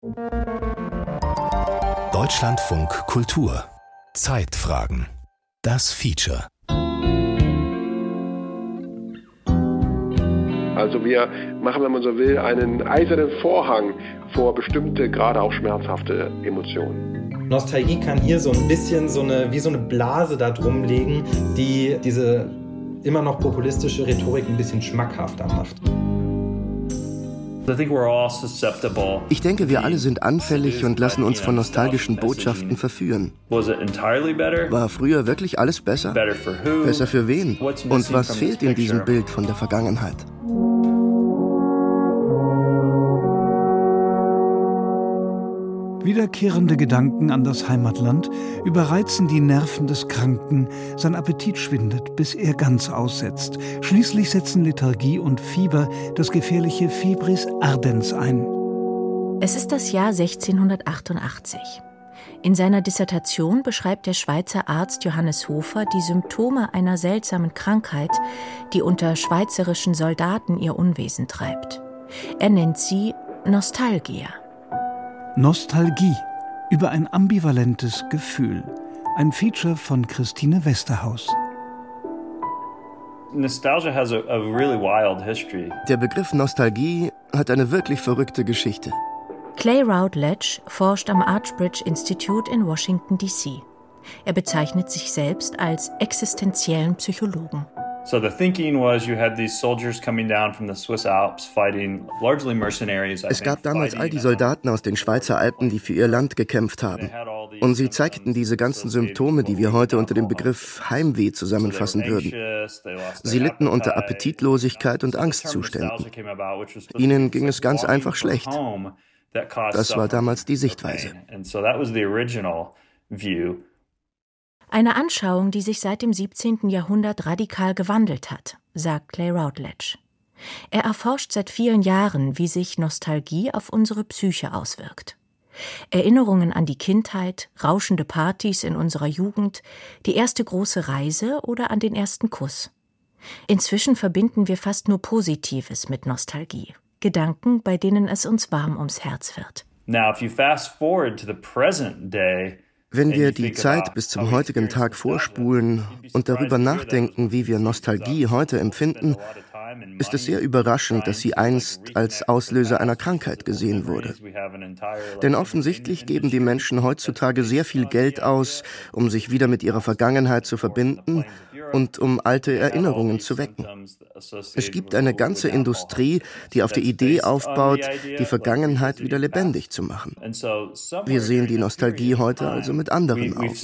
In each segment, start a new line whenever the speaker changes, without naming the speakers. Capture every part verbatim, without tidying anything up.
Deutschlandfunk Kultur. Zeitfragen. Das Feature.
Also wir machen, wenn man so will, einen eisernen Vorhang vor bestimmte, gerade auch schmerzhafte Emotionen.
Nostalgie kann hier so ein bisschen so eine, wie so eine Blase da drum legen, die diese immer noch populistische Rhetorik ein bisschen schmackhafter macht.
Ich denke, wir alle sind anfällig und lassen uns von nostalgischen Botschaften verführen. War früher wirklich alles besser? Besser für wen? Und was fehlt in diesem Bild von der Vergangenheit?
Wiederkehrende Gedanken an das Heimatland überreizen die Nerven des Kranken, sein Appetit schwindet, bis er ganz aussetzt. Schließlich setzen Lethargie und Fieber das gefährliche Febris ardens ein.
Es ist das Jahr sechzehnhundertachtundachtzig. In seiner Dissertation beschreibt der Schweizer Arzt Johannes Hofer die Symptome einer seltsamen Krankheit, die unter schweizerischen Soldaten ihr Unwesen treibt. Er nennt sie Nostalgia.
Nostalgie über ein ambivalentes Gefühl. Ein Feature von Christine Westerhaus.
Der Begriff Nostalgie hat eine wirklich verrückte Geschichte.
Clay Routledge forscht am Archbridge Institute in Washington, D C. Er bezeichnet sich selbst als existenziellen Psychologen.
So the thinking was you had these soldiers coming down from the Swiss Alps fighting largely mercenaries.
Es gab damals all die Soldaten aus den Schweizer Alpen, die für ihr Land gekämpft haben. Und sie zeigten diese ganzen Symptome, die wir heute unter dem Begriff Heimweh zusammenfassen würden. Sie litten unter Appetitlosigkeit und Angstzuständen. Ihnen ging es ganz einfach schlecht. Das war damals die Sichtweise.
Eine Anschauung, die sich seit dem siebzehnten Jahrhundert radikal gewandelt hat, sagt Clay Routledge. Er erforscht seit vielen Jahren, wie sich Nostalgie auf unsere Psyche auswirkt. Erinnerungen an die Kindheit, rauschende Partys in unserer Jugend, die erste große Reise oder an den ersten Kuss. Inzwischen verbinden wir fast nur Positives mit Nostalgie. Gedanken, bei denen es uns warm ums Herz wird.
Now, if you fast forward to the present day,
wenn wir die Zeit bis zum heutigen Tag vorspulen und darüber nachdenken, wie wir Nostalgie heute empfinden, ist es sehr überraschend, dass sie einst als Auslöser einer Krankheit gesehen wurde. Denn offensichtlich geben die Menschen heutzutage sehr viel Geld aus, um sich wieder mit ihrer Vergangenheit zu verbinden und um alte Erinnerungen zu wecken. Es gibt eine ganze Industrie, die auf der Idee aufbaut, die Vergangenheit wieder lebendig zu machen. Wir sehen die Nostalgie heute also mit anderen Augen.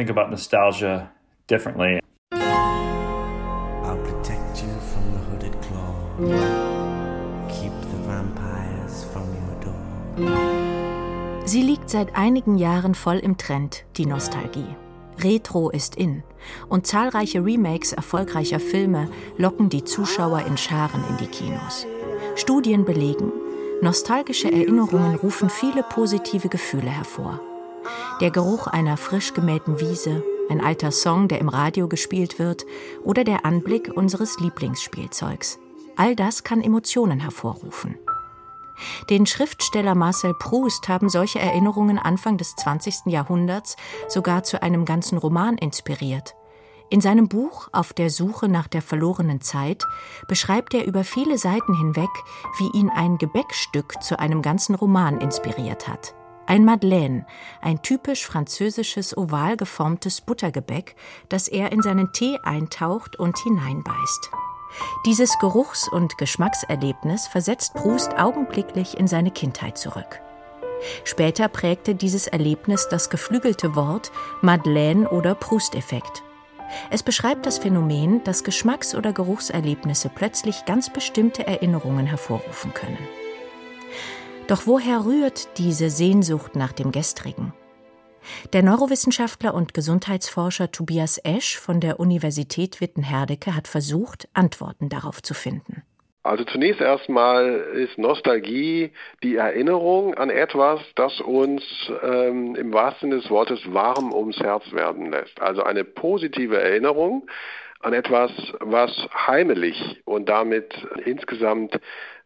Sie liegt seit einigen Jahren voll im Trend, die Nostalgie. Retro ist in und zahlreiche Remakes erfolgreicher Filme locken die Zuschauer in Scharen in die Kinos. Studien belegen, nostalgische Erinnerungen rufen viele positive Gefühle hervor. Der Geruch einer frisch gemähten Wiese, ein alter Song, der im Radio gespielt wird, oder der Anblick unseres Lieblingsspielzeugs. All das kann Emotionen hervorrufen. Den Schriftsteller Marcel Proust haben solche Erinnerungen Anfang des zwanzigsten Jahrhunderts sogar zu einem ganzen Roman inspiriert. In seinem Buch Auf der Suche nach der verlorenen Zeit beschreibt er über viele Seiten hinweg, wie ihn ein Gebäckstück zu einem ganzen Roman inspiriert hat. Ein Madeleine, ein typisch französisches oval geformtes Buttergebäck, das er in seinen Tee eintaucht und hineinbeißt. Dieses Geruchs- und Geschmackserlebnis versetzt Proust augenblicklich in seine Kindheit zurück. Später prägte dieses Erlebnis das geflügelte Wort Madeleine- oder Proust-Effekt. Es beschreibt das Phänomen, dass Geschmacks- oder Geruchserlebnisse plötzlich ganz bestimmte Erinnerungen hervorrufen können. Doch woher rührt diese Sehnsucht nach dem Gestrigen? Der Neurowissenschaftler und Gesundheitsforscher Tobias Esch von der Universität Witten-Herdecke hat versucht, Antworten darauf zu finden.
Also zunächst erstmal ist Nostalgie die Erinnerung an etwas, das uns ähm, im wahrsten Sinne des Wortes warm ums Herz werden lässt. Also eine positive Erinnerung an etwas, was heimelig und damit insgesamt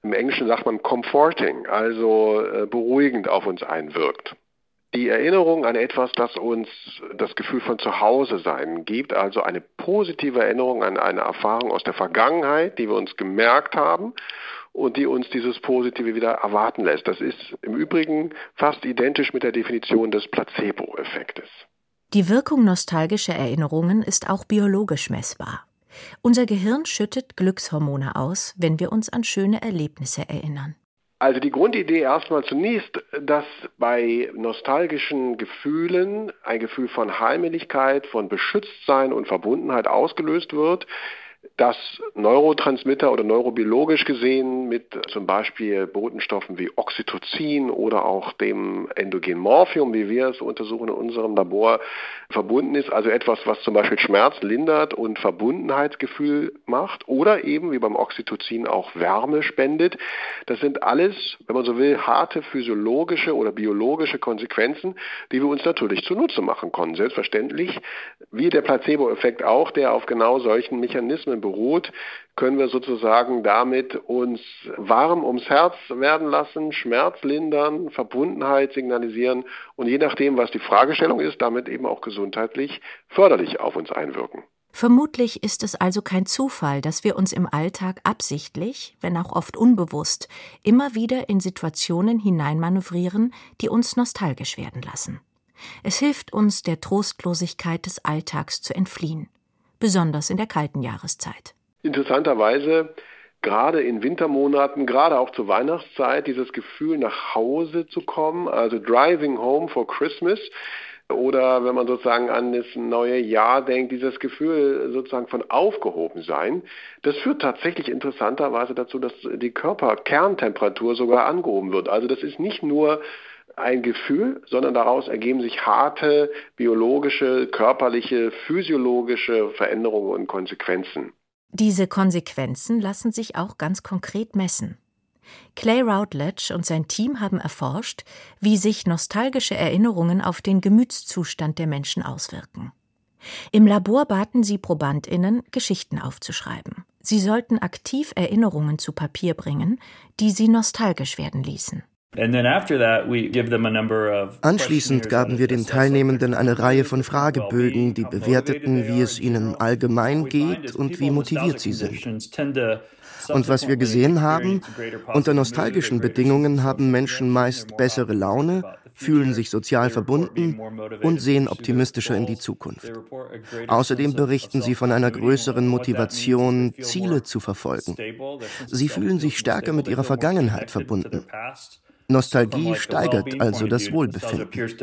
im Englischen sagt man comforting, also äh, beruhigend auf uns einwirkt. Die Erinnerung an etwas, das uns das Gefühl von Zuhause-Sein gibt, also eine positive Erinnerung an eine Erfahrung aus der Vergangenheit, die wir uns gemerkt haben und die uns dieses Positive wieder erwarten lässt. Das ist im Übrigen fast identisch mit der Definition des Placebo-Effektes.
Die Wirkung nostalgischer Erinnerungen ist auch biologisch messbar. Unser Gehirn schüttet Glückshormone aus, wenn wir uns an schöne Erlebnisse erinnern.
Also die Grundidee erstmal zunächst, dass bei nostalgischen Gefühlen ein Gefühl von Heimeligkeit, von Beschütztsein und Verbundenheit ausgelöst wird, dass Neurotransmitter oder neurobiologisch gesehen mit zum Beispiel Botenstoffen wie Oxytocin oder auch dem endogenen Morphium, wie wir es untersuchen in unserem Labor, verbunden ist. Also etwas, was zum Beispiel Schmerz lindert und Verbundenheitsgefühl macht oder eben wie beim Oxytocin auch Wärme spendet. Das sind alles, wenn man so will, harte physiologische oder biologische Konsequenzen, die wir uns natürlich zunutze machen können. Selbstverständlich, wie der Placebo-Effekt auch, der auf genau solchen Mechanismen beruht, können wir sozusagen damit uns warm ums Herz werden lassen, Schmerz lindern, Verbundenheit signalisieren und je nachdem, was die Fragestellung ist, damit eben auch gesundheitlich förderlich auf uns einwirken.
Vermutlich ist es also kein Zufall, dass wir uns im Alltag absichtlich, wenn auch oft unbewusst, immer wieder in Situationen hineinmanövrieren, die uns nostalgisch werden lassen. Es hilft uns, der Trostlosigkeit des Alltags zu entfliehen. Besonders in der kalten Jahreszeit.
Interessanterweise, gerade in Wintermonaten, gerade auch zur Weihnachtszeit, dieses Gefühl, nach Hause zu kommen, also driving home for Christmas, oder wenn man sozusagen an das neue Jahr denkt, dieses Gefühl sozusagen von Aufgehobensein, das führt tatsächlich interessanterweise dazu, dass die Körperkerntemperatur sogar angehoben wird. Also das ist nicht nur ein Gefühl, sondern daraus ergeben sich harte biologische, körperliche, physiologische Veränderungen und Konsequenzen.
Diese Konsequenzen lassen sich auch ganz konkret messen. Clay Routledge und sein Team haben erforscht, wie sich nostalgische Erinnerungen auf den Gemütszustand der Menschen auswirken. Im Labor baten sie ProbandInnen, Geschichten aufzuschreiben. Sie sollten aktiv Erinnerungen zu Papier bringen, die sie nostalgisch werden ließen.
Anschließend gaben wir den Teilnehmenden eine Reihe von Fragebögen, die bewerteten, wie es ihnen allgemein geht und wie motiviert sie sind. Und was wir gesehen haben, unter nostalgischen Bedingungen haben Menschen meist bessere Laune, fühlen sich sozial verbunden und sehen optimistischer in die Zukunft. Außerdem berichten sie von einer größeren Motivation, Ziele zu verfolgen. Sie fühlen sich stärker mit ihrer Vergangenheit verbunden. Nostalgie steigert also das Wohlbefinden.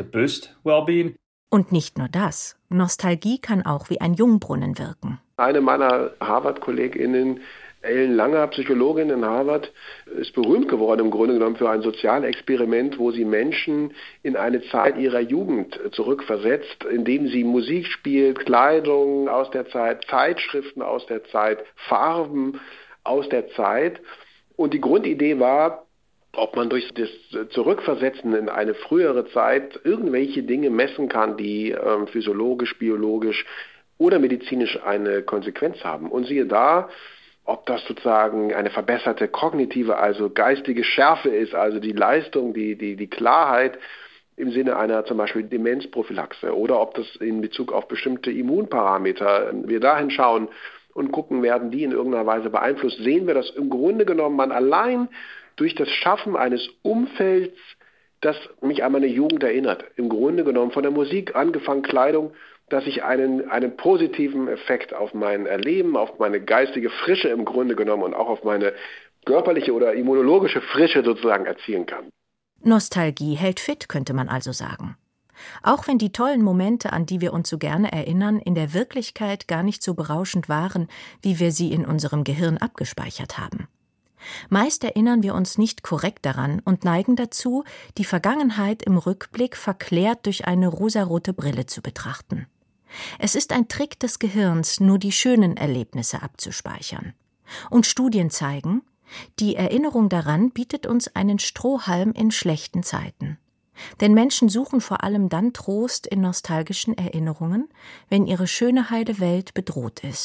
Und nicht nur das. Nostalgie kann auch wie ein Jungbrunnen wirken.
Eine meiner Harvard-KollegInnen, Ellen Langer, Psychologin in Harvard, ist berühmt geworden im Grunde genommen für ein Sozialexperiment, wo sie Menschen in eine Zeit ihrer Jugend zurückversetzt, indem sie Musik spielt, Kleidung aus der Zeit, Zeitschriften aus der Zeit, Farben aus der Zeit. Und die Grundidee war, ob man durch das Zurückversetzen in eine frühere Zeit irgendwelche Dinge messen kann, die äh, physiologisch, biologisch oder medizinisch eine Konsequenz haben. Und siehe da, ob das sozusagen eine verbesserte kognitive, also geistige Schärfe ist, also die Leistung, die, die, die Klarheit im Sinne einer zum Beispiel Demenzprophylaxe oder ob das in Bezug auf bestimmte Immunparameter, wir dahin schauen und gucken, werden die in irgendeiner Weise beeinflusst, sehen wir, dass im Grunde genommen man allein durch das Schaffen eines Umfelds, das mich an meine Jugend erinnert, im Grunde genommen von der Musik angefangen, Kleidung, dass ich einen, einen positiven Effekt auf mein Erleben, auf meine geistige Frische im Grunde genommen und auch auf meine körperliche oder immunologische Frische sozusagen erzielen kann.
Nostalgie hält fit, könnte man also sagen. Auch wenn die tollen Momente, an die wir uns so gerne erinnern, in der Wirklichkeit gar nicht so berauschend waren, wie wir sie in unserem Gehirn abgespeichert haben. Meist erinnern wir uns nicht korrekt daran und neigen dazu, die Vergangenheit im Rückblick verklärt durch eine rosarote Brille zu betrachten. Es ist ein Trick des Gehirns, nur die schönen Erlebnisse abzuspeichern. Und Studien zeigen, die Erinnerung daran bietet uns einen Strohhalm in schlechten Zeiten. Denn Menschen suchen vor allem dann Trost in nostalgischen Erinnerungen, wenn ihre schöne heile Welt bedroht ist.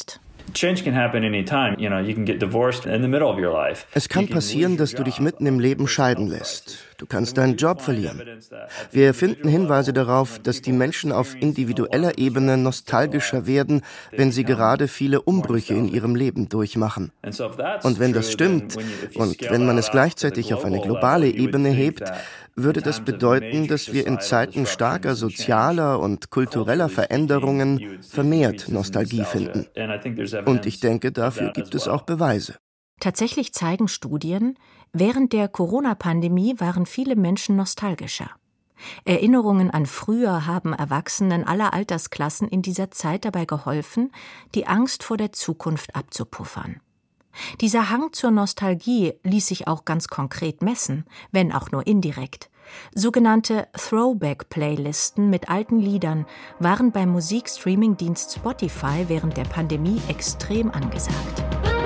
Es kann passieren, dass du dich mitten im Leben scheiden lässt. Du kannst deinen Job verlieren. Wir finden Hinweise darauf, dass die Menschen auf individueller Ebene nostalgischer werden, wenn sie gerade viele Umbrüche in ihrem Leben durchmachen. Und wenn das stimmt und wenn man es gleichzeitig auf eine globale Ebene hebt, würde das bedeuten, dass wir in Zeiten starker sozialer und kultureller Veränderungen vermehrt Nostalgie finden. Und ich denke, dafür gibt es auch Beweise.
Tatsächlich zeigen Studien, während der Corona-Pandemie waren viele Menschen nostalgischer. Erinnerungen an früher haben Erwachsenen aller Altersklassen in dieser Zeit dabei geholfen, die Angst vor der Zukunft abzupuffern. Dieser Hang zur Nostalgie ließ sich auch ganz konkret messen, wenn auch nur indirekt. Sogenannte Throwback-Playlisten mit alten Liedern waren beim Musikstreaming-Dienst Spotify während der Pandemie extrem angesagt.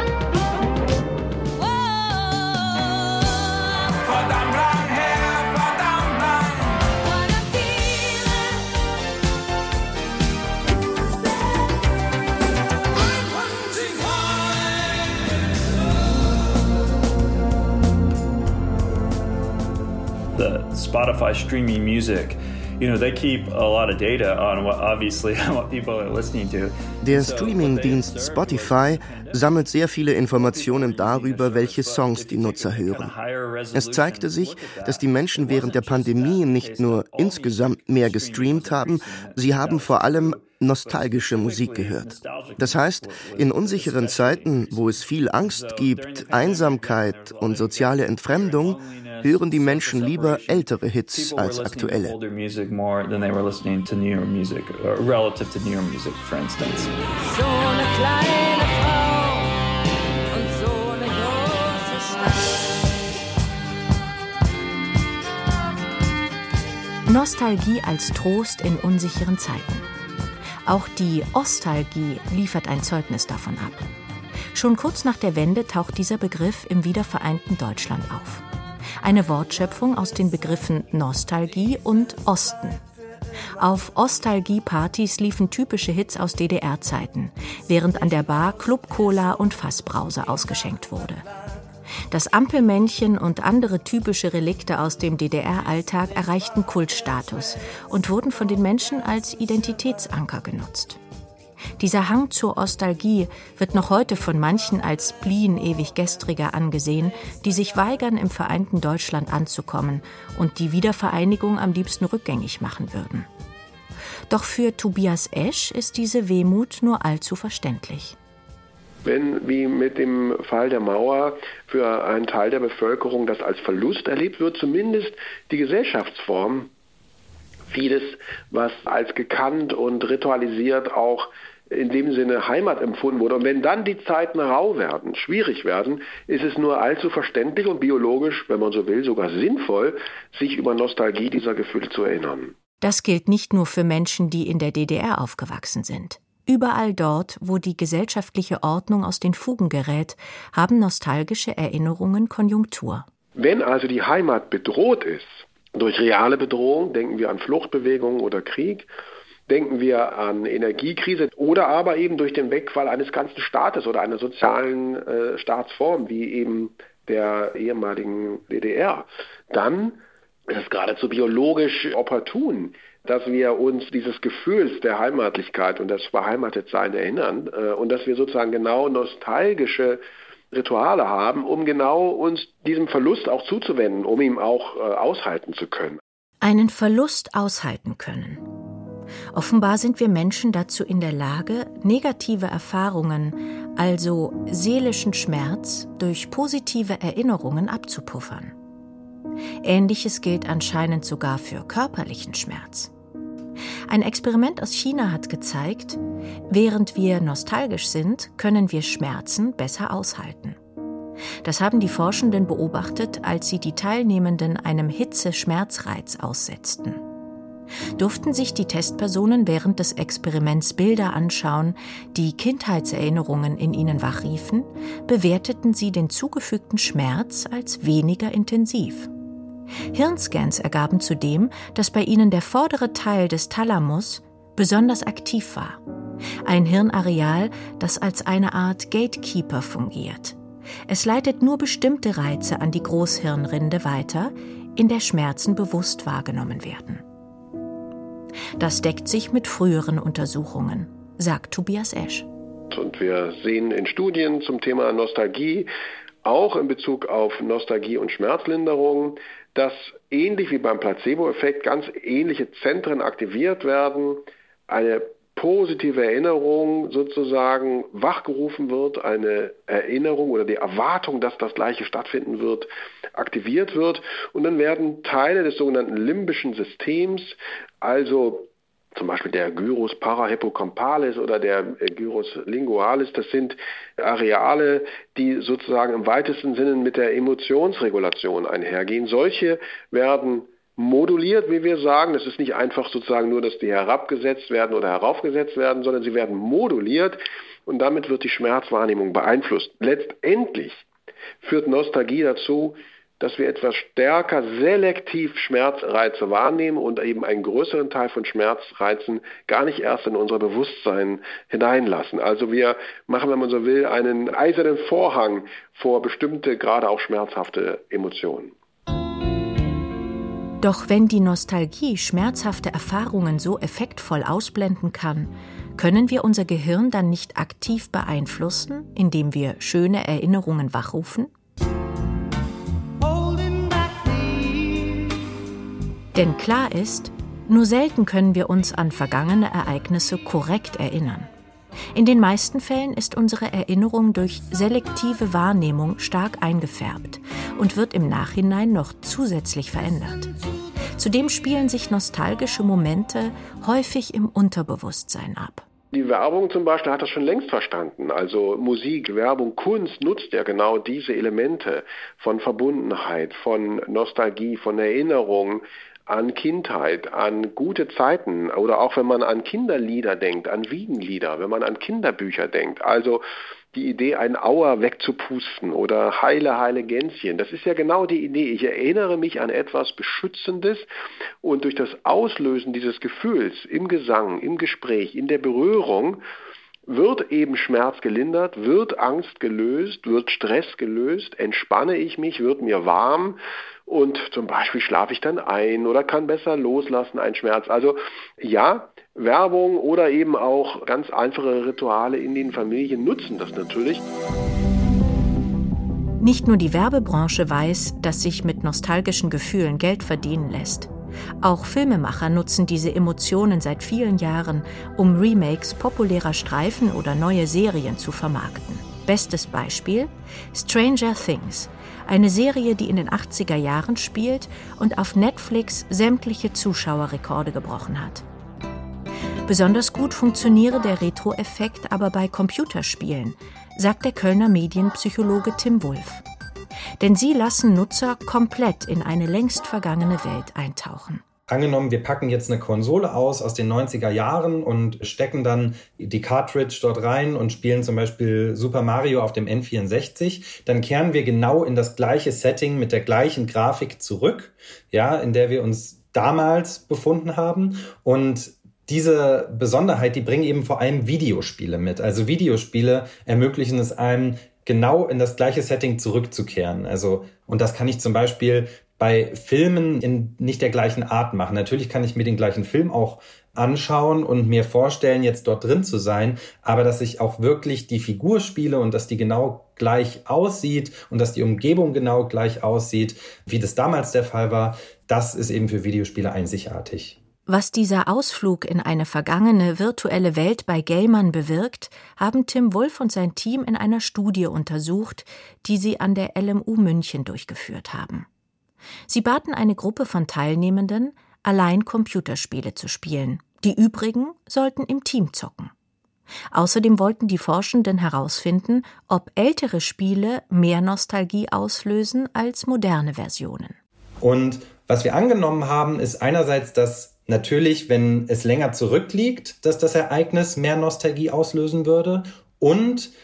Spotify streaming music, you know, they keep a lot of data on what obviously what people are listening to.
Der Streaming-Dienst Spotify sammelt sehr viele Informationen darüber, welche Songs die Nutzer hören. Es zeigte sich, dass die Menschen während der Pandemie nicht nur insgesamt mehr gestreamt haben, sie haben vor allem nostalgische Musik gehört. Das heißt, in unsicheren Zeiten, wo es viel Angst gibt, Einsamkeit und soziale Entfremdung, hören die Menschen lieber ältere Hits als aktuelle.
So eine kleine Frau und so eine große
Stadt. Nostalgie als Trost in unsicheren Zeiten. Auch die Ostalgie liefert ein Zeugnis davon ab. Schon kurz nach der Wende taucht dieser Begriff im wiedervereinten Deutschland auf. Eine Wortschöpfung aus den Begriffen Nostalgie und Osten. Auf Ostalgie-Partys liefen typische Hits aus D D R-Zeiten, während an der Bar Club-Cola und Fassbrause ausgeschenkt wurde. Das Ampelmännchen und andere typische Relikte aus dem D D R-Alltag erreichten Kultstatus und wurden von den Menschen als Identitätsanker genutzt. Dieser Hang zur Ostalgie wird noch heute von manchen als Spleen ewig Gestriger angesehen, die sich weigern, im vereinten Deutschland anzukommen und die Wiedervereinigung am liebsten rückgängig machen würden. Doch für Tobias Esch ist diese Wehmut nur allzu verständlich.
Wenn, wie mit dem Fall der Mauer, für einen Teil der Bevölkerung das als Verlust erlebt wird, zumindest die Gesellschaftsform, vieles, was als gekannt und ritualisiert auch in dem Sinne Heimat empfunden wurde. Und wenn dann die Zeiten rau werden, schwierig werden, ist es nur allzu verständlich und biologisch, wenn man so will, sogar sinnvoll, sich über Nostalgie dieser Gefühle zu erinnern.
Das gilt nicht nur für Menschen, die in der D D R aufgewachsen sind. Überall dort, wo die gesellschaftliche Ordnung aus den Fugen gerät, haben nostalgische Erinnerungen Konjunktur.
Wenn also die Heimat bedroht ist, durch reale Bedrohung, denken wir an Fluchtbewegungen oder Krieg, denken wir an Energiekrise oder aber eben durch den Wegfall eines ganzen Staates oder einer sozialen äh, Staatsform wie eben der ehemaligen D D R, dann ist es geradezu biologisch opportun, dass wir uns dieses Gefühls der Heimatlichkeit und des Beheimatetsein erinnern äh, und dass wir sozusagen genau nostalgische Rituale haben, um genau uns diesem Verlust auch zuzuwenden, um ihn auch äh, aushalten zu können.
Einen Verlust aushalten können. Offenbar sind wir Menschen dazu in der Lage, negative Erfahrungen, also seelischen Schmerz, durch positive Erinnerungen abzupuffern. Ähnliches gilt anscheinend sogar für körperlichen Schmerz. Ein Experiment aus China hat gezeigt, während wir nostalgisch sind, können wir Schmerzen besser aushalten. Das haben die Forschenden beobachtet, als sie die Teilnehmenden einem Hitze-Schmerzreiz aussetzten. Durften sich die Testpersonen während des Experiments Bilder anschauen, die Kindheitserinnerungen in ihnen wachriefen, bewerteten sie den zugefügten Schmerz als weniger intensiv. Hirnscans ergaben zudem, dass bei ihnen der vordere Teil des Thalamus besonders aktiv war. Ein Hirnareal, das als eine Art Gatekeeper fungiert. Es leitet nur bestimmte Reize an die Großhirnrinde weiter, in der Schmerzen bewusst wahrgenommen werden. Das deckt sich mit früheren Untersuchungen, sagt Tobias Esch.
Und wir sehen in Studien zum Thema Nostalgie, auch in Bezug auf Nostalgie und Schmerzlinderung, dass ähnlich wie beim Placebo-Effekt ganz ähnliche Zentren aktiviert werden, eine positive Erinnerung sozusagen wachgerufen wird, eine Erinnerung oder die Erwartung, dass das Gleiche stattfinden wird, aktiviert wird. Und dann werden Teile des sogenannten limbischen Systems, also zum Beispiel der Gyrus parahippocampalis oder der Gyrus lingualis, das sind Areale, die sozusagen im weitesten Sinne mit der Emotionsregulation einhergehen. Solche werden moduliert, wie wir sagen. Das ist nicht einfach sozusagen nur, dass die herabgesetzt werden oder heraufgesetzt werden, sondern sie werden moduliert und damit wird die Schmerzwahrnehmung beeinflusst. Letztendlich führt Nostalgie dazu, dass wir etwas stärker selektiv Schmerzreize wahrnehmen und eben einen größeren Teil von Schmerzreizen gar nicht erst in unser Bewusstsein hineinlassen. Also wir machen, wenn man so will, einen eisernen Vorhang vor bestimmte, gerade auch schmerzhafte Emotionen.
Doch wenn die Nostalgie schmerzhafte Erfahrungen so effektvoll ausblenden kann, können wir unser Gehirn dann nicht aktiv beeinflussen, indem wir schöne Erinnerungen wachrufen? Denn klar ist, nur selten können wir uns an vergangene Ereignisse korrekt erinnern. In den meisten Fällen ist unsere Erinnerung durch selektive Wahrnehmung stark eingefärbt und wird im Nachhinein noch zusätzlich verändert. Zudem spielen sich nostalgische Momente häufig im Unterbewusstsein ab.
Die Werbung zum Beispiel hat das schon längst verstanden. Also Musik, Werbung, Kunst nutzt ja genau diese Elemente von Verbundenheit, von Nostalgie, von Erinnerung an Kindheit, an gute Zeiten oder auch wenn man an Kinderlieder denkt, an Wiegenlieder, wenn man an Kinderbücher denkt. Also die Idee, einen Auer wegzupusten oder Heile, heile Gänschen, das ist ja genau die Idee. Ich erinnere mich an etwas Beschützendes und durch das Auslösen dieses Gefühls im Gesang, im Gespräch, in der Berührung wird eben Schmerz gelindert, wird Angst gelöst, wird Stress gelöst, entspanne ich mich, wird mir warm und zum Beispiel schlafe ich dann ein oder kann besser loslassen, einen Schmerz. Also ja, Werbung oder eben auch ganz einfache Rituale in den Familien nutzen das natürlich.
Nicht nur die Werbebranche weiß, dass sich mit nostalgischen Gefühlen Geld verdienen lässt. Auch Filmemacher nutzen diese Emotionen seit vielen Jahren, um Remakes populärer Streifen oder neue Serien zu vermarkten. Bestes Beispiel: Stranger Things, eine Serie, die in den achtziger Jahren spielt und auf Netflix sämtliche Zuschauerrekorde gebrochen hat. Besonders gut funktioniere der Retro-Effekt aber bei Computerspielen, sagt der Kölner Medienpsychologe Tim Wulff. Denn sie lassen Nutzer komplett in eine längst vergangene Welt eintauchen.
Angenommen, wir packen jetzt eine Konsole aus aus den neunziger Jahren und stecken dann die Cartridge dort rein und spielen zum Beispiel Super Mario auf dem N vierundsechzig, dann kehren wir genau in das gleiche Setting mit der gleichen Grafik zurück, ja, in der wir uns damals befunden haben. Und diese Besonderheit, die bringen eben vor allem Videospiele mit. Also Videospiele ermöglichen es einem, genau in das gleiche Setting zurückzukehren. Also, und das kann ich zum Beispiel bei Filmen in nicht der gleichen Art machen. Natürlich kann ich mir den gleichen Film auch anschauen und mir vorstellen, jetzt dort drin zu sein, aber dass ich auch wirklich die Figur spiele und dass die genau gleich aussieht und dass die Umgebung genau gleich aussieht, wie das damals der Fall war, das ist eben für Videospiele einzigartig.
Was dieser Ausflug in eine vergangene virtuelle Welt bei Gamern bewirkt, haben Tim Wulff und sein Team in einer Studie untersucht, die sie an der L M U München durchgeführt haben. Sie baten eine Gruppe von Teilnehmenden, allein Computerspiele zu spielen. Die übrigen sollten im Team zocken. Außerdem wollten die Forschenden herausfinden, ob ältere Spiele mehr Nostalgie auslösen als moderne Versionen.
Und was wir angenommen haben, ist einerseits, dass natürlich, wenn es länger zurückliegt, dass das Ereignis mehr Nostalgie auslösen würde. Und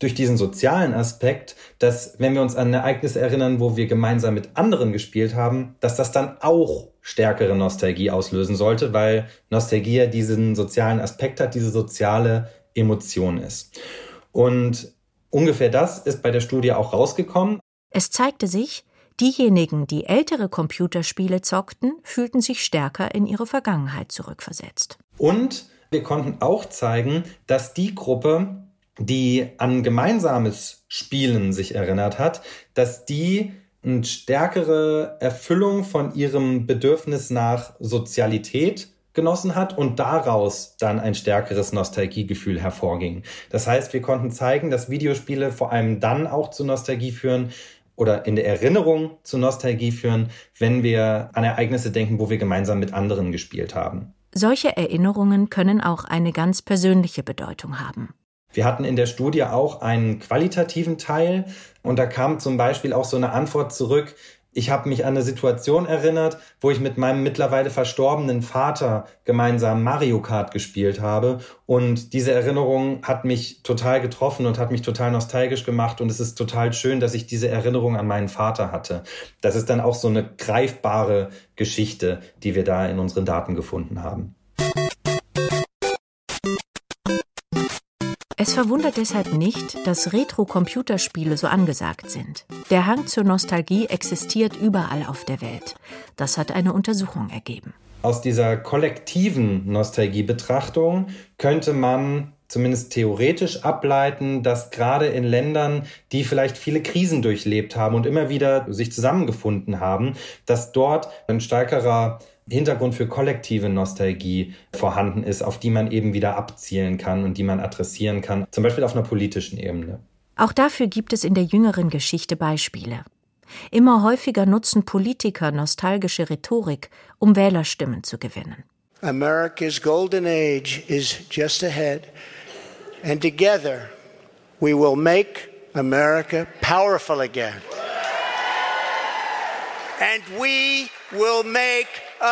durch diesen sozialen Aspekt, dass wenn wir uns an Ereignisse erinnern, wo wir gemeinsam mit anderen gespielt haben, dass das dann auch stärkere Nostalgie auslösen sollte, weil Nostalgie ja diesen sozialen Aspekt hat, diese soziale Emotion ist. Und ungefähr das ist bei der Studie auch rausgekommen.
Es zeigte sich, diejenigen, die ältere Computerspiele zockten, fühlten sich stärker in ihre Vergangenheit zurückversetzt.
Und wir konnten auch zeigen, dass die Gruppe, die an gemeinsames Spielen sich erinnert hat, dass die eine stärkere Erfüllung von ihrem Bedürfnis nach Sozialität genossen hat und daraus dann ein stärkeres Nostalgiegefühl hervorging. Das heißt, wir konnten zeigen, dass Videospiele vor allem dann auch zu Nostalgie führen oder in der Erinnerung zu Nostalgie führen, wenn wir an Ereignisse denken, wo wir gemeinsam mit anderen gespielt haben.
Solche Erinnerungen können auch eine ganz persönliche Bedeutung haben.
Wir hatten in der Studie auch einen qualitativen Teil und da kam zum Beispiel auch so eine Antwort zurück. Ich habe mich an eine Situation erinnert, wo ich mit meinem mittlerweile verstorbenen Vater gemeinsam Mario Kart gespielt habe. Und diese Erinnerung hat mich total getroffen und hat mich total nostalgisch gemacht. Und es ist total schön, dass ich diese Erinnerung an meinen Vater hatte. Das ist dann auch so eine greifbare Geschichte, die wir da in unseren Daten gefunden haben.
Es verwundert deshalb nicht, dass Retro-Computerspiele so angesagt sind. Der Hang zur Nostalgie existiert überall auf der Welt. Das hat eine Untersuchung ergeben.
Aus dieser kollektiven Nostalgiebetrachtung könnte man zumindest theoretisch ableiten, dass gerade in Ländern, die vielleicht viele Krisen durchlebt haben und immer wieder sich zusammengefunden haben, dass dort ein stärkerer Hintergrund für kollektive Nostalgie vorhanden ist, auf die man eben wieder abzielen kann und die man adressieren kann, zum Beispiel auf einer politischen Ebene.
Auch dafür gibt es in der jüngeren Geschichte Beispiele. Immer häufiger nutzen Politiker nostalgische Rhetorik, um Wählerstimmen zu gewinnen.
America's golden age is just ahead, and together we will make America powerful again. And we will make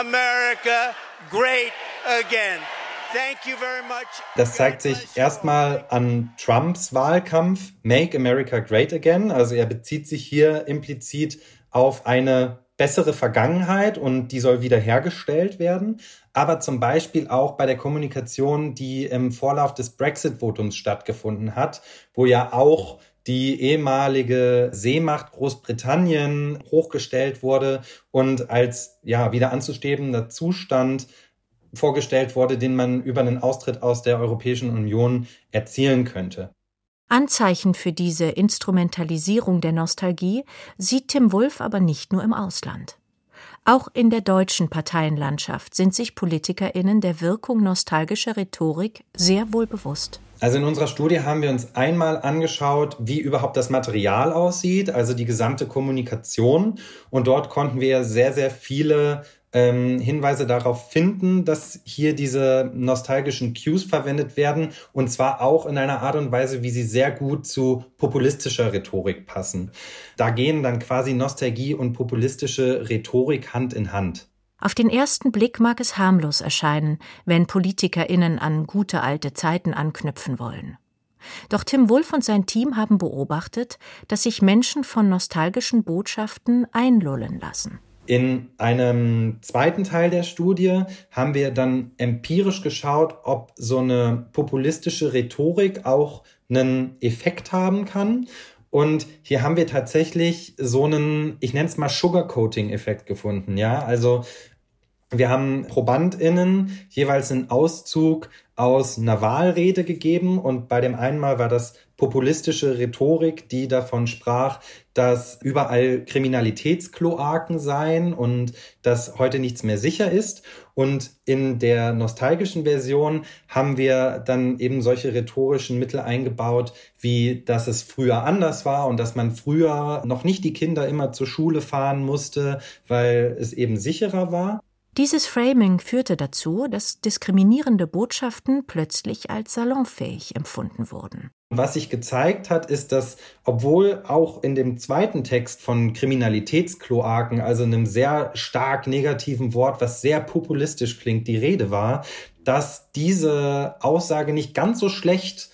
America great again. Thank you very much.
Das zeigt sich erstmal an Trumps Wahlkampf Make America Great Again. Also er bezieht sich hier implizit auf eine bessere Vergangenheit und die soll wiederhergestellt werden. Aber zum Beispiel auch bei der Kommunikation, die im Vorlauf des Brexit-Votums stattgefunden hat, wo ja auch die ehemalige Seemacht Großbritannien hochgestellt wurde und als ja wieder anzustrebender Zustand vorgestellt wurde, den man über einen Austritt aus der Europäischen Union erzielen könnte.
Anzeichen für diese Instrumentalisierung der Nostalgie sieht Tim Wulff aber nicht nur im Ausland. Auch in der deutschen Parteienlandschaft sind sich PolitikerInnen der Wirkung nostalgischer Rhetorik sehr wohl bewusst.
Also in unserer Studie haben wir uns einmal angeschaut, wie überhaupt das Material aussieht, also die gesamte Kommunikation. Und dort konnten wir sehr, sehr viele ähm, Hinweise darauf finden, dass hier diese nostalgischen Cues verwendet werden. Und zwar auch in einer Art und Weise, wie sie sehr gut zu populistischer Rhetorik passen. Da gehen dann quasi Nostalgie und populistische Rhetorik Hand in Hand.
Auf den ersten Blick mag es harmlos erscheinen, wenn PolitikerInnen an gute alte Zeiten anknüpfen wollen. Doch Tim Wulff und sein Team haben beobachtet, dass sich Menschen von nostalgischen Botschaften einlullen lassen.
In einem zweiten Teil der Studie haben wir dann empirisch geschaut, ob so eine populistische Rhetorik auch einen Effekt haben kann. Und hier haben wir tatsächlich so einen, ich nenne es mal Sugarcoating-Effekt gefunden. Ja, also wir haben ProbandInnen jeweils einen Auszug aus einer Wahlrede gegeben und bei dem einen Mal war das populistische Rhetorik, die davon sprach, dass überall Kriminalitätskloaken seien und dass heute nichts mehr sicher ist. Und in der nostalgischen Version haben wir dann eben solche rhetorischen Mittel eingebaut, wie dass es früher anders war und dass man früher noch nicht die Kinder immer zur Schule fahren musste, weil es eben sicherer war.
Dieses Framing führte dazu, dass diskriminierende Botschaften plötzlich als salonfähig empfunden wurden.
Was sich gezeigt hat, ist, dass obwohl auch in dem zweiten Text von Kriminalitätskloaken, also einem sehr stark negativen Wort, was sehr populistisch klingt, die Rede war, dass diese Aussage nicht ganz so schlecht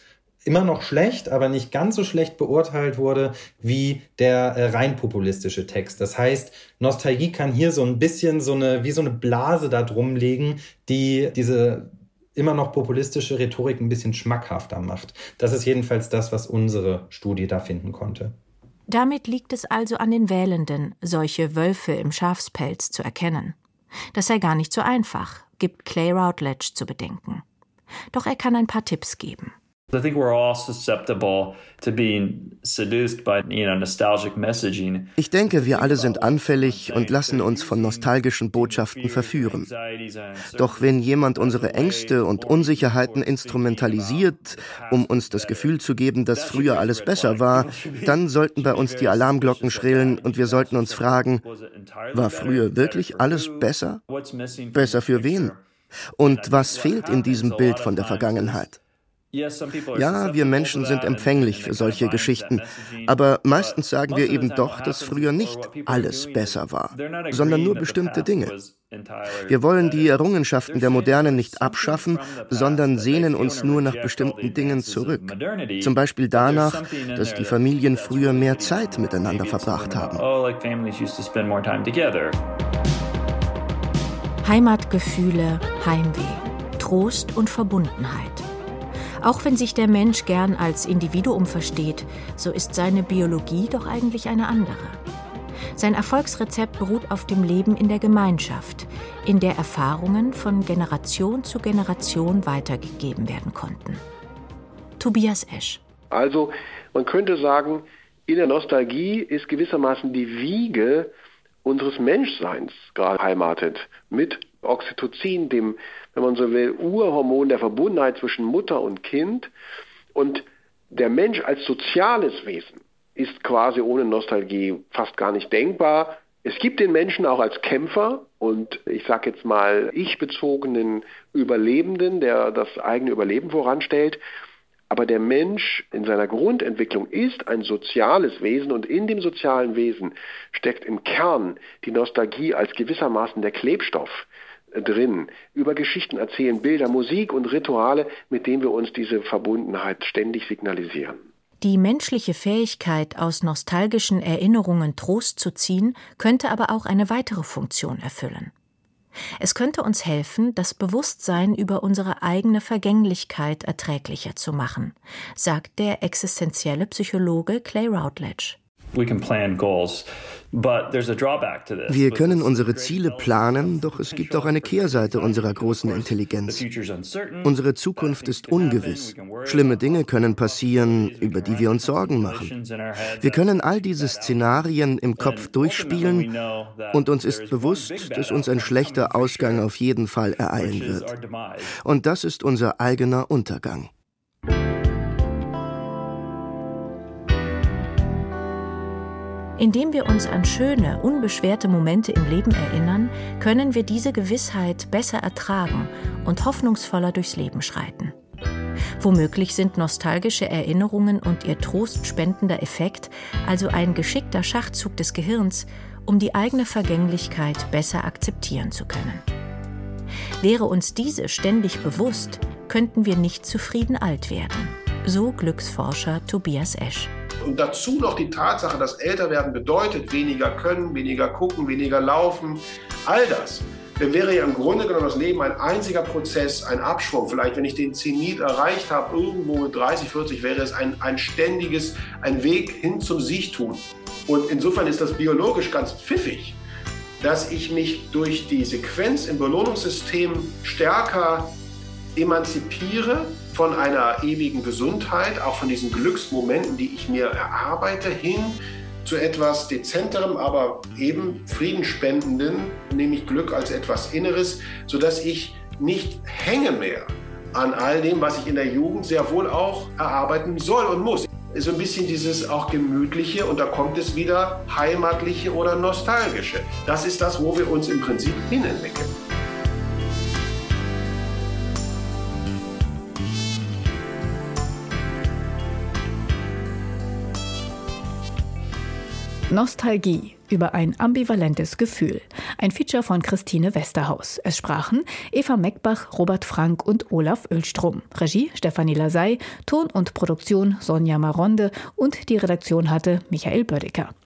immer noch schlecht, aber nicht ganz so schlecht beurteilt wurde wie der äh, rein populistische Text. Das heißt, Nostalgie kann hier so ein bisschen so eine, wie so eine Blase da drum legen, die diese immer noch populistische Rhetorik ein bisschen schmackhafter macht. Das ist jedenfalls das, was unsere Studie da finden konnte.
Damit liegt es also an den Wählenden, solche Wölfe im Schafspelz zu erkennen. Das sei gar nicht so einfach, gibt Clay Routledge zu bedenken. Doch er kann ein paar Tipps geben.
I think we're all susceptible to being seduced by, you know, nostalgic messaging.
Ich denke, wir alle sind anfällig und lassen uns von nostalgischen Botschaften verführen. Doch wenn jemand unsere Ängste und Unsicherheiten instrumentalisiert, um uns das Gefühl zu geben, dass früher alles besser war, dann sollten bei uns die Alarmglocken schrillen und wir sollten uns fragen, war früher wirklich alles besser? Besser für wen? Und was fehlt in diesem Bild von der Vergangenheit? Ja, wir Menschen sind empfänglich für solche Geschichten, aber meistens sagen wir eben doch, dass früher nicht alles besser war, sondern nur bestimmte Dinge. Wir wollen die Errungenschaften der Moderne nicht abschaffen, sondern sehnen uns nur nach bestimmten Dingen zurück. Zum Beispiel danach, dass die Familien früher mehr Zeit miteinander verbracht haben.
Heimatgefühle, Heimweh, Trost und Verbundenheit. Auch wenn sich der Mensch gern als Individuum versteht, so ist seine Biologie doch eigentlich eine andere. Sein Erfolgsrezept beruht auf dem Leben in der Gemeinschaft, in der Erfahrungen von Generation zu Generation weitergegeben werden konnten. Tobias Esch.
Also, man könnte sagen, in der Nostalgie ist gewissermaßen die Wiege unseres Menschseins gerade beheimatet mit Oxytocin, dem, wenn man so will, Urhormon der Verbundenheit zwischen Mutter und Kind. Und der Mensch als soziales Wesen ist quasi ohne Nostalgie fast gar nicht denkbar. Es gibt den Menschen auch als Kämpfer und ich sage jetzt mal ich-bezogenen Überlebenden, der das eigene Überleben voranstellt. Aber der Mensch in seiner Grundentwicklung ist ein soziales Wesen und in dem sozialen Wesen steckt im Kern die Nostalgie als gewissermaßen der Klebstoff drin. Über Geschichten erzählen, Bilder, Musik und Rituale, mit denen wir uns diese Verbundenheit ständig signalisieren.
Die menschliche Fähigkeit, aus nostalgischen Erinnerungen Trost zu ziehen, könnte aber auch eine weitere Funktion erfüllen. Es könnte uns helfen, das Bewusstsein über unsere eigene Vergänglichkeit erträglicher zu machen, sagt der existenzielle Psychologe Clay Routledge.
Wir können unsere Ziele planen, doch es gibt auch eine Kehrseite unserer großen Intelligenz. Unsere Zukunft ist ungewiss. Schlimme Dinge können passieren, über die wir uns Sorgen machen. Wir können all diese Szenarien im Kopf durchspielen und uns ist bewusst, dass uns ein schlechter Ausgang auf jeden Fall ereilen wird. Und das ist unser eigener Untergang.
Indem wir uns an schöne, unbeschwerte Momente im Leben erinnern, können wir diese Gewissheit besser ertragen und hoffnungsvoller durchs Leben schreiten. Womöglich sind nostalgische Erinnerungen und ihr trostspendender Effekt also ein geschickter Schachzug des Gehirns, um die eigene Vergänglichkeit besser akzeptieren zu können. Wäre uns diese ständig bewusst, könnten wir nicht zufrieden alt werden. So Glücksforscher Tobias Esch.
Und dazu noch die Tatsache, dass Älterwerden bedeutet, weniger können, weniger gucken, weniger laufen, all das. Dann wäre ja im Grunde genommen das Leben ein einziger Prozess, ein Abschwung. Vielleicht, wenn ich den Zenit erreicht habe, irgendwo mit dreißig, vierzig, wäre es ein, ein ständiges, ein Weg hin zum Siechtum. Und insofern ist das biologisch ganz pfiffig, dass ich mich durch die Sequenz im Belohnungssystem stärker emanzipiere von einer ewigen Gesundheit, auch von diesen Glücksmomenten, die ich mir erarbeite, hin zu etwas Dezenterem, aber eben Friedenspendenden, nämlich Glück als etwas Inneres, sodass ich nicht hänge mehr an all dem, was ich in der Jugend sehr wohl auch erarbeiten soll und muss. So ein bisschen dieses auch Gemütliche und da kommt es wieder Heimatliche oder Nostalgische. Das ist das, wo wir uns im Prinzip hinentwickeln.
Nostalgie über ein ambivalentes Gefühl. Ein Feature von Christine Westerhaus. Es sprachen Eva Meckbach, Robert Frank und Olaf Oelstrom. Regie Stefanie Lasey, Ton und Produktion Sonja Maronde und die Redaktion hatte Michael Bödecker.